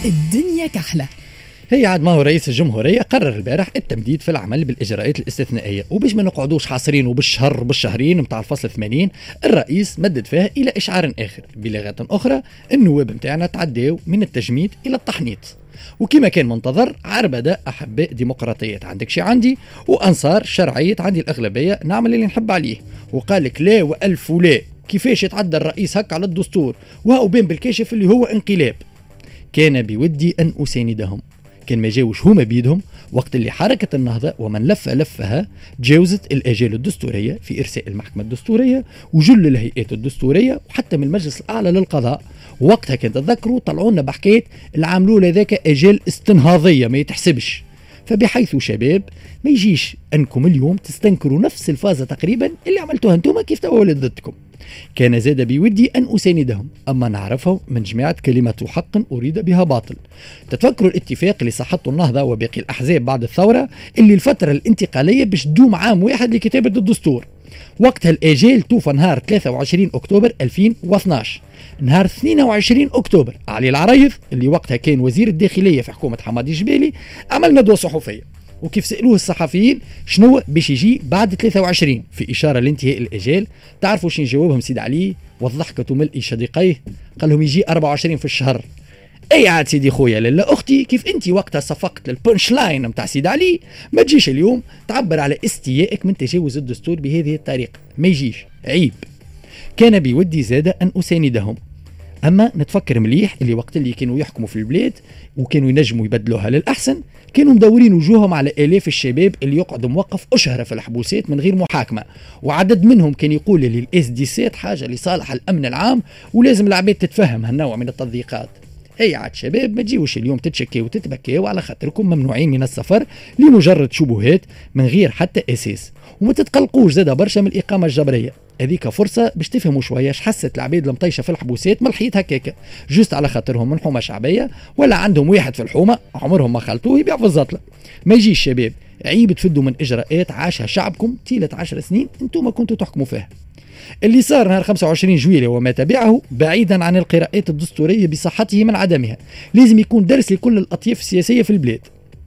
الدنيا كحلة. هي عاد ما هو رئيس الجمهورية قرر البارح التمديد في العمل بالإجراءات الاستثنائية، وباش ما نقعدوش حاصرين وبالشهر وبالشهرين متاع الفصل 80 الرئيس مدد فيها إلى إشعار آخر. بلغة أخرى النواب متاعنا تعداو من التجميد إلى التحنيط، وكما كان منتظر عربدة أحباء ديمقراطية عندك شي عندي وأنصار شرعية عندي الأغلبية نعمل اللي نحب عليه، وقال لك لا وألف ولا كيفاش يتعدى الرئيس هكا على الدستور وهو بين بالكاشف اللي هو انقلاب. كان بودي أن أساندهم، كان ما جاوش هما بيدهم وقت اللي حركة النهضة ومن لفها تجاوزت الآجال الدستورية في إرساء المحكمة الدستورية وجل الهيئات الدستورية وحتى من المجلس الأعلى للقضاء. وقتها كان تذكروا طلعونا بحكاية العاملوا لذاك أجال استنهاضية ما يتحسبش. فبحيث شباب ما يجيش أنكم اليوم تستنكروا نفس الفازة تقريبا اللي عملتوها انتم كيف تولد ضدكم. كان زاد بودي أن أساندهم، أما نعرفه من جماعة كلمة حق أريد بها باطل. تتفكروا الاتفاق اللي صحته النهضة وباقي الأحزاب بعد الثورة اللي الفترة الانتقالية باش تدوم عام واحد لكتابة الدستور. وقتها الآجال توفى نهار 23 أكتوبر 2012. نهار 22 أكتوبر علي العريض اللي وقتها كان وزير الداخلية في حكومة حمادي جبالي عمل ندوة صحفية، وكيف سألوه الصحفيين شنو باش يجي بعد 23 في إشارة لانتهاء الأجال، تعرفوا شنو جاوبهم سيد علي والضحكة ملء شديقيه؟ قال لهم يجي 24 في الشهر. اي عاد سيدي خويا لالا اختي كيف انت وقتها صفقت للبونش لاين نتاع سيد علي ما تجيش اليوم تعبر على استيائك من تجاوز الدستور بهذه الطريقة، ما يجيش عيب. كان بودي زاد أن أساندهم، أما نتفكر مليح اللي وقت اللي كانوا يحكموا في البلاد وكانوا ينجموا يبدلوها للأحسن كانوا مدورين وجوههم على آلاف الشباب اللي يقعدوا موقف أشهر في الحبوسات من غير محاكمة، وعدد منهم كان يقول للإس دي سات حاجة لصالح الأمن العام ولازم العباد تتفهم هالنوع من التضييقات. هي عاد شباب ما تجيوش اليوم تتشكي وتتبكيوا على خاطركم ممنوعين من السفر لمجرد شبهات من غير حتى أساس، وما تتقلقوش زاد برشا من الإقامة الجبرية. هذيك فرصة باش تفهموا شوية حست العباد المطيشة في الحبوسات ملحيت هكاكا جوست على خاطرهم من حومة شعبية ولا عندهم واحد في الحومة عمرهم ما خلطوه يبيع في الزطلة. ما يجيش شباب عيب تفدوا من إجراءات عاشها شعبكم طيلة 10 سنين انتم ما كنتوا تحكموا فيها. اللي صار نهار 25 جويلية وما تبعه بعيدا عن القراءات الدستورية بصحته من عدمها لازم يكون درس لكل الأطياف السياسية في البلاد.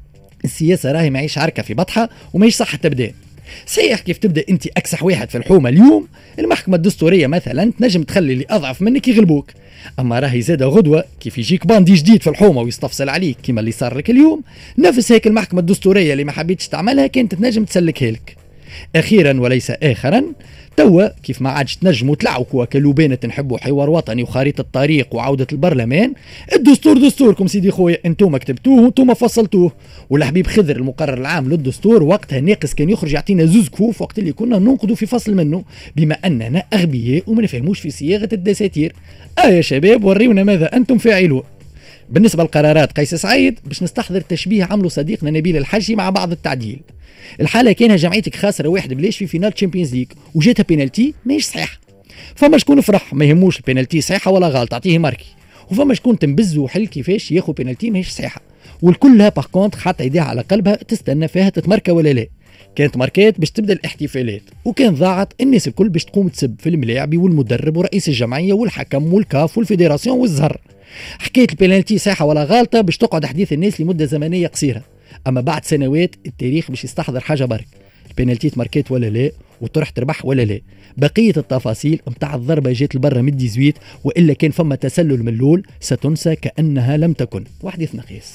السياسة راهي معيش عركة في بطحة وماهيش صح تبدأ. صحيح كيف تبدا انت اكسح واحد في الحومه اليوم المحكمه الدستوريه مثلا تنجم تخلي اللي اضعف منك يغلبوك، اما راهي زاده غدوه كيف يجيك باندي جديد في الحومه ويستفصل عليك كما اللي صار لك اليوم نفس هيك المحكمه الدستوريه اللي ما حبيتش تعملها كانت تنجم تسلكها لك. اخيرا وليس اخرا توا كيف ما عادش تنجموا تلعبوا كلوبانة نحبوا حوار وطني وخريطة الطريق وعودة البرلمان، الدستور دستوركم سيدي خويا انتم كتبتوه وانتم فصلتوه. والحبيب خضر المقرر العام للدستور وقتها ناقص كان يخرج يعطينا زوز كفوف وقت اللي كنا ننقضوا في فصل منه بما اننا اغبياء وما نفهموش في صياغة الدساتير. يا شباب وريونا ماذا انتم فاعلون. بالنسبة لقرارات قيس سعيد باش نستحضر تشبيه عمله صديقنا نبيل الحجي مع بعض التعديل. الحالة كانها جمعيتك خاسرة واحد بلاش في فينال تشامبيونز ليج وجاتها بينالتي ماهيش صحيح، فما شكون فرح ما يهموش البينالتي صحيحة ولا غلط تعطيه ماركي، وفما شكون تنبز وحل كيفاش ياخذ بينالتي ماهيش صحيحة، والكلها باغ كونت حاطة يديها على قلبها تستنى فيها تتماركا ولا لا. كانت ماركات باش تبدا الاحتفالات وكان ضاعت الناس الكل باش تقوم تسب في الملاعبي والمدرب ورئيس الجمعية والحكم والكاف والفيدراسيون والزهر. حكاية البينالتي صحيحة ولا غلطة باش تقعد حديث الناس لمدة زمنية قصيرة، اما بعد سنوات التاريخ باش يستحضر حاجه برك البينالتي تماركيت ولا لا وتروح تربح ولا لا. بقيه التفاصيل متاع الضربه جات لبرا من 18 والا كان فما تسلل من الاول ستنسى كانها لم تكن. واحد يتنقيس.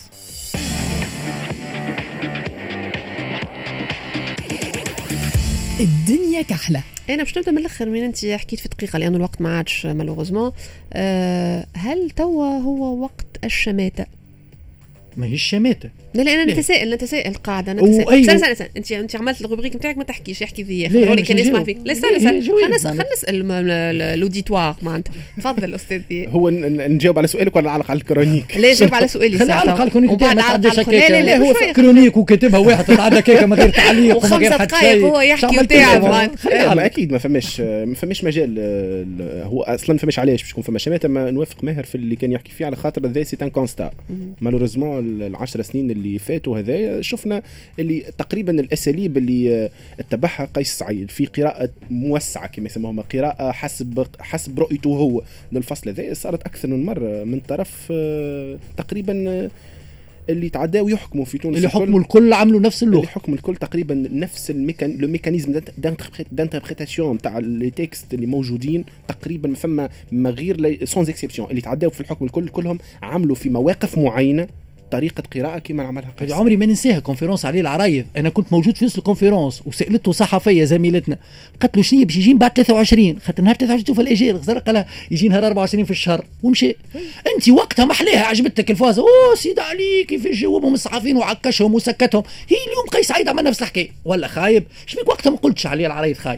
الدنيا كحله. انا باش نبدا من الاخر من انت حكيت في دقيقه لانه الوقت ما عادش مالوغوزمون. هل توا هو وقت الشماته؟ ما هي الشماتة. لا انا نتساءل قاعده انت عملت الروبريك نتاعك ما تحكيش يحكي ذي خلوني كان يسمع فيك. لا خلينا نسال الاوديتوار معناتها. تفضل استاذ. هو نجاوب على سؤالك ولا نعلق على الكرونيك؟ لا جاوب على سؤالي نعلق على الكرونيك. لا هو كرونيك وكاتبها واحد تتعدى كيكه من غير تعليق ومن غير حتى شيء هو يحكي وتاعب. اكيد ما فماش مجال. هو اصلا فماش علاش باش يكون فما شماتة. ما نوافق ماهر في اللي كان يحكي فيه على خاطر ذا سي ان كونستا مالوريزمون العشر سنين اللي فاتوا هذايا شفنا اللي تقريبا الاساليب اللي اتبعها قيس سعيد في قراءه موسعه كما يسموها قراءه حسب رؤيته هو للفصل هذا صارت اكثر من مره من طرف تقريبا اللي تعداوا يحكموا في تونس، اللي حكموا الكل عملوا نفس اللغه، اللي حكموا الكل تقريبا نفس الميكانيزم دانتربريتاسيون تاع لي تكست اللي موجودين تقريبا فما ما غير سون اكسبسيون اللي تعداوا في الحكم الكل كلهم عملوا في مواقف معينه طريقه قراءه كما عملها قيس. عمري ما ننساها كونفيرونس علي العرايض، انا كنت موجود في وسط الكونفيرونس وسالته صحفيه زميلتنا قالت له شنو باش يجي بعد 23 خاطر نهار 23 في الاجير غزر قالها يجي نهار 24 في الشهر ومشي. انت وقتها محليها عجبتك الفازه سيد علي كيف جاوبهم الصحفيين وعكشهم وسكتهم. هي اليوم قيس سعيد عمل نفس الحكايه ولا خايب؟ شبيك وقتها ما قلتش علي العرايض خايب؟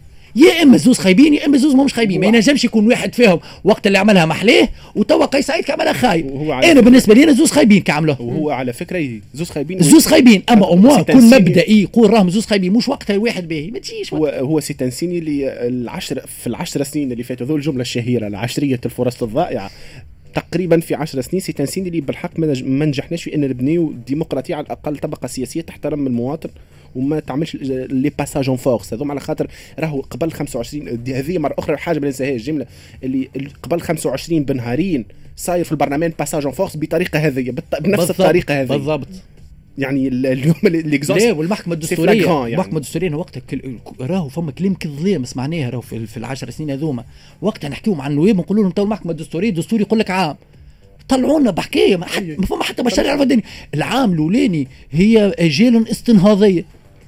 يا اما زوز خايبين يا اما زوز مش خايبين، ما ينجمش يكون واحد فيهم وقت اللي عملها محليه وتوا قيس سعيد كعملها خايب. انا بالنسبه لي انا زوز خايبين كعمله، وهو على فكره زوز خايبين اما اموا كل مبدئي يقول راهم زوز خايبين مش وقتها واحد باهي ما تجيش. هو سي تنسيني اللي في العشر سنين اللي فاتوا ذو الجمله الشهيره العشريه الفرص الضائعه تقريبا في 10 سنين سي تنسيني اللي بالحق ما نجحناش في ان نبنيو ديمقراطيه على الاقل طبقه سياسيه تحترم المواطن وما تعملش لي باساج اون فورس هذوم، على خاطر راهو قبل 25 هذه مره اخرى حاجه ما ننساهاش الجمله اللي قبل 25 بنهارين صاير في البرلمان باساج اون فورس بطريقه هذه بنفس الطريقه هذه بالضبط. يعني اليوم الاكزوست والمحكمه الدستوريه يعني. المحكمه الدستوريه وقتها راهو فما كلام كظلام سمعناه راهو في العشر سنين هذوما وقتها نحكيو مع النواب ونقولوا لهم تو المحكمه الدستوريه الدستوري يقول لك عام طلعونا بحكايه ما فما حتى بشر يعرف الدنيا. العام الاولاني هي اجال استنهاضيه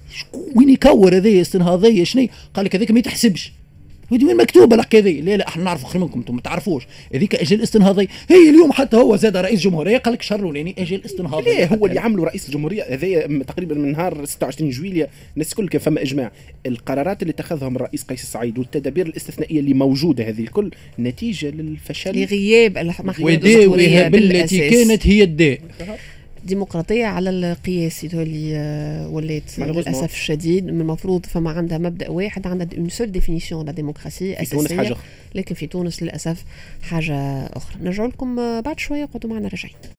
وين يكور هذه استنهاضيه شنو قال لك هذيك ما يتحسبش ودي وين مكتوبه الحكايه ذي؟ لا احنا نعرف اخر منكم انتم ما تعرفوش هذيك اجل استنهاضيه. هي اليوم حتى هو زاد رئيس جمهوريه قال لك شهر الاولاني اجل استنهاضيه. ليه هو اللي عملوا رئيس الجمهوريه هذا تقريبا من نهار 26 جويلية الناس الكل كان فما اجماع. القرارات اللي اتخذهم الرئيس قيس سعيد والتدابير الاستثنائيه اللي موجوده هذه الكل نتيجه للفشل لغياب المحكمه الدستوريه بالتي كانت هي الداء ديمقراطية على القياس اللي ولات للأسف الشديد. من المفروض فما عندها مبدأ واحد، عندها اون سول ديفينيسيون لا ديمقراطية أساسية، لكن في تونس للأسف حاجة أخرى. نرجع لكم بعد شوية، قعدوا معنا راجعين.